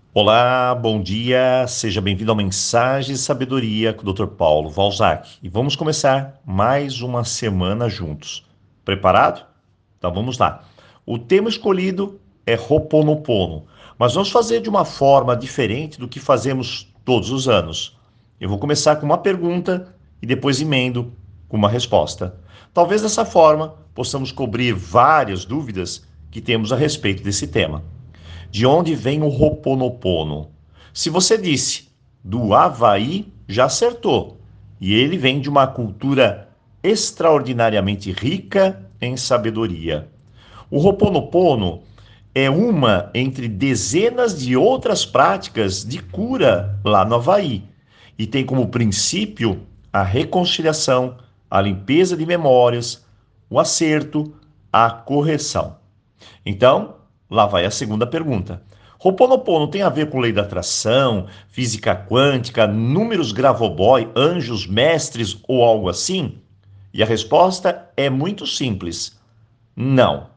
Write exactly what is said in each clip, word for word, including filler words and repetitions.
Olá, bom dia, seja bem-vindo ao Mensagem de Sabedoria com o doutor Paulo Valzac. E vamos começar mais uma semana juntos. Preparado? Então vamos lá. O tema escolhido é Ho'oponopono, mas vamos fazer de uma forma diferente do que fazemos todos os anos. Eu vou começar com uma pergunta e depois emendo com uma resposta. Talvez dessa forma possamos cobrir várias dúvidas que temos a respeito desse tema. De onde vem o Ho'oponopono? Se você disse do Havaí, já acertou. E ele vem de uma cultura extraordinariamente rica em sabedoria. O Ho'oponopono é uma entre dezenas de outras práticas de cura lá no Havaí e tem como princípio a reconciliação, a limpeza de memórias, o acerto, a correção. Então, lá vai a segunda pergunta. Ho'oponopono tem a ver com lei da atração, física quântica, números Gravoboy, anjos, mestres ou algo assim? E a resposta é muito simples. Não.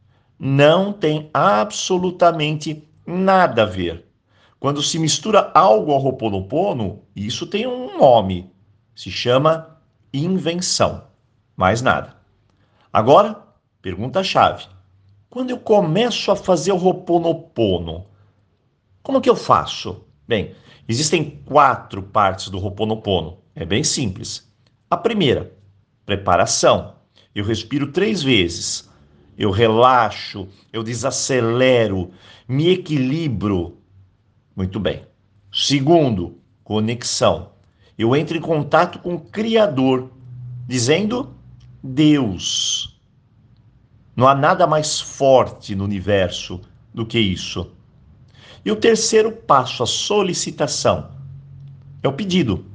Não tem absolutamente nada a ver. Quando se mistura algo ao Ho'oponopono, isso tem um nome. Se chama invenção. Mais nada. Agora, pergunta-chave. Quando eu começo a fazer o Ho'oponopono, como que eu faço? Bem, existem quatro partes do Ho'oponopono. É bem simples. A primeira, preparação. Eu respiro três vezes. Eu relaxo, eu desacelero, me equilibro. Muito bem. Segundo, conexão. Eu entro em contato com o Criador, dizendo Deus. Não há nada mais forte no universo do que isso. E o terceiro passo, a solicitação, é o pedido.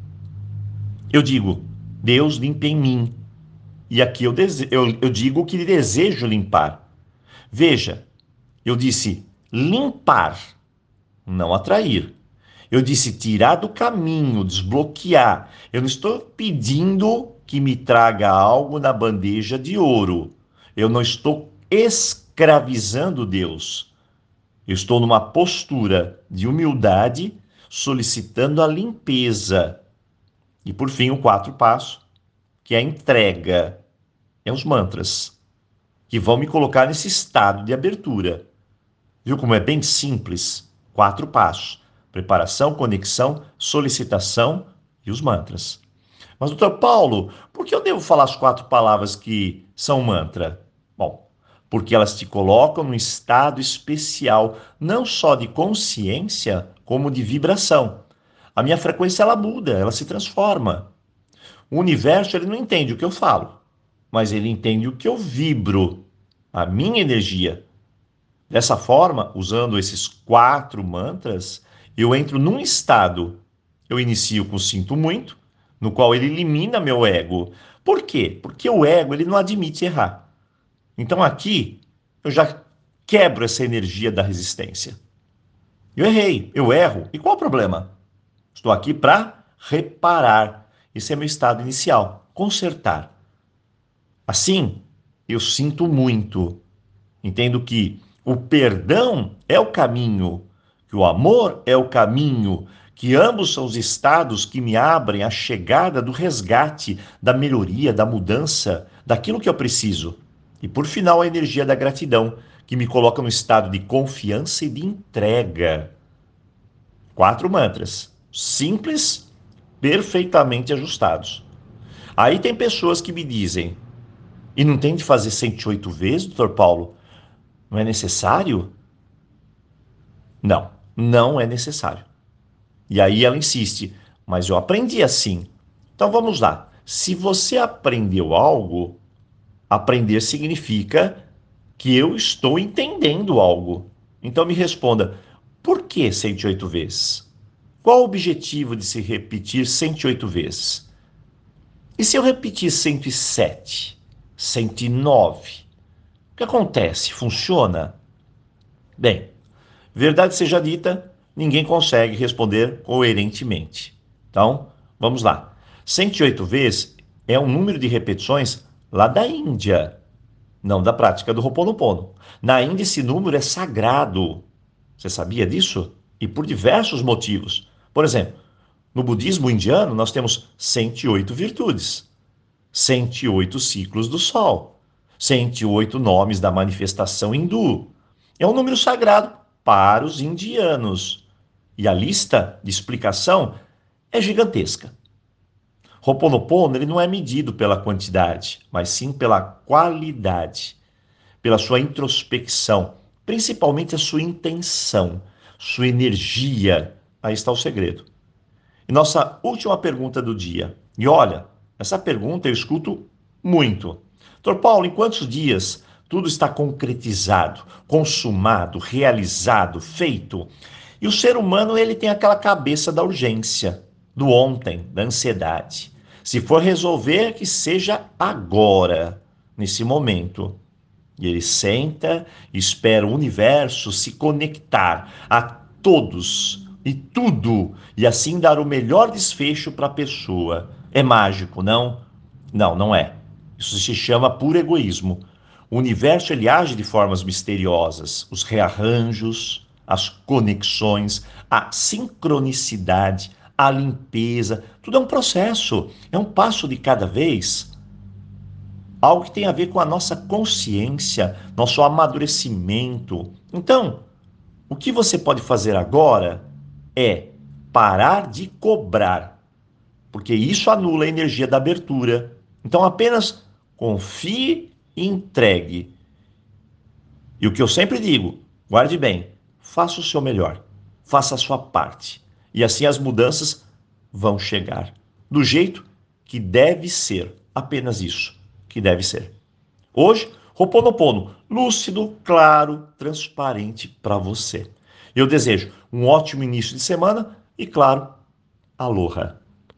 Eu digo, Deus limpa em mim. E aqui eu, dese... eu, eu digo que desejo limpar. Veja, eu disse limpar, não atrair. Eu disse tirar do caminho, desbloquear. Eu não estou pedindo que me traga algo na bandeja de ouro. Eu não estou escravizando Deus. Eu estou numa postura de humildade, solicitando a limpeza. E por fim, o quarto passo, que é a entrega. É os mantras, que vão me colocar nesse estado de abertura. Viu como é bem simples? Quatro passos: preparação, conexão, solicitação e os mantras. Mas, doutor Paulo, por que eu devo falar as quatro palavras que são mantra? Bom, porque elas te colocam num estado especial, não só de consciência, como de vibração. A minha frequência, ela muda, ela se transforma. O universo, ele não entende o que eu falo, mas ele entende o que eu vibro, a minha energia. Dessa forma, usando esses quatro mantras, eu entro num estado. Eu inicio com sinto muito, no qual ele elimina meu ego. Por quê? Porque o ego ele não admite errar. Então aqui eu já quebro essa energia da resistência. Eu errei, eu erro. E qual o problema? Estou aqui para reparar. Esse é meu estado inicial, consertar. Assim, eu sinto muito. Entendo que o perdão é o caminho, que o amor é o caminho, que ambos são os estados que me abrem a chegada do resgate, da melhoria, da mudança, daquilo que eu preciso. E por final, a energia da gratidão, que me coloca no estado de confiança e de entrega. Quatro mantras, simples, perfeitamente ajustados. Aí tem pessoas que me dizem, e não tem de fazer cento e oito vezes, doutor Paulo? Não é necessário? Não, não é necessário. E aí ela insiste, mas eu aprendi assim. Então vamos lá. Se você aprendeu algo, aprender significa que eu estou entendendo algo. Então me responda, por que cento e oito vezes? Qual o objetivo de se repetir cento e oito vezes? E se eu repetir cento e sete, cento e nove? O que acontece? Funciona? Bem, verdade seja dita, ninguém consegue responder coerentemente. Então, vamos lá. cento e oito vezes é um número de repetições lá da Índia, não da prática do Ho'oponopono. Na Índia, esse número é sagrado. Você sabia disso? e por diversos motivos. Por exemplo, no budismo indiano, nós temos cento e oito virtudes, cento e oito ciclos do sol, cento e oito nomes da manifestação hindu. É um número sagrado para os indianos. E a lista de explicação é gigantesca. Ho'oponopono, ele não é medido pela quantidade, mas sim pela qualidade, pela sua introspecção, principalmente a sua intenção, sua energia. Aí está o segredo. E nossa última pergunta do dia. E olha, essa pergunta eu escuto muito. doutor Paulo, em quantos dias tudo está concretizado, consumado, realizado, feito? E o ser humano, ele tem aquela cabeça da urgência, do ontem, da ansiedade. Se for resolver, que seja agora, nesse momento. E ele senta e espera o universo se conectar a todos e tudo, e assim dar o melhor desfecho para a pessoa. É mágico, não? Não, não é. Isso se chama puro egoísmo. O universo, ele age de formas misteriosas. Os rearranjos, as conexões, a sincronicidade, a limpeza, tudo é um processo, é um passo de cada vez. Algo que tem a ver com a nossa consciência, nosso amadurecimento. Então, o que você pode fazer agora é parar de cobrar, porque isso anula a energia da abertura. Então, apenas confie e entregue. E o que eu sempre digo, guarde bem, faça o seu melhor, faça a sua parte. E assim as mudanças vão chegar do jeito que deve ser, apenas isso que deve ser. Hoje, Ho'oponopono, lúcido, claro, transparente para você. Eu desejo um ótimo início de semana e, claro, aloha.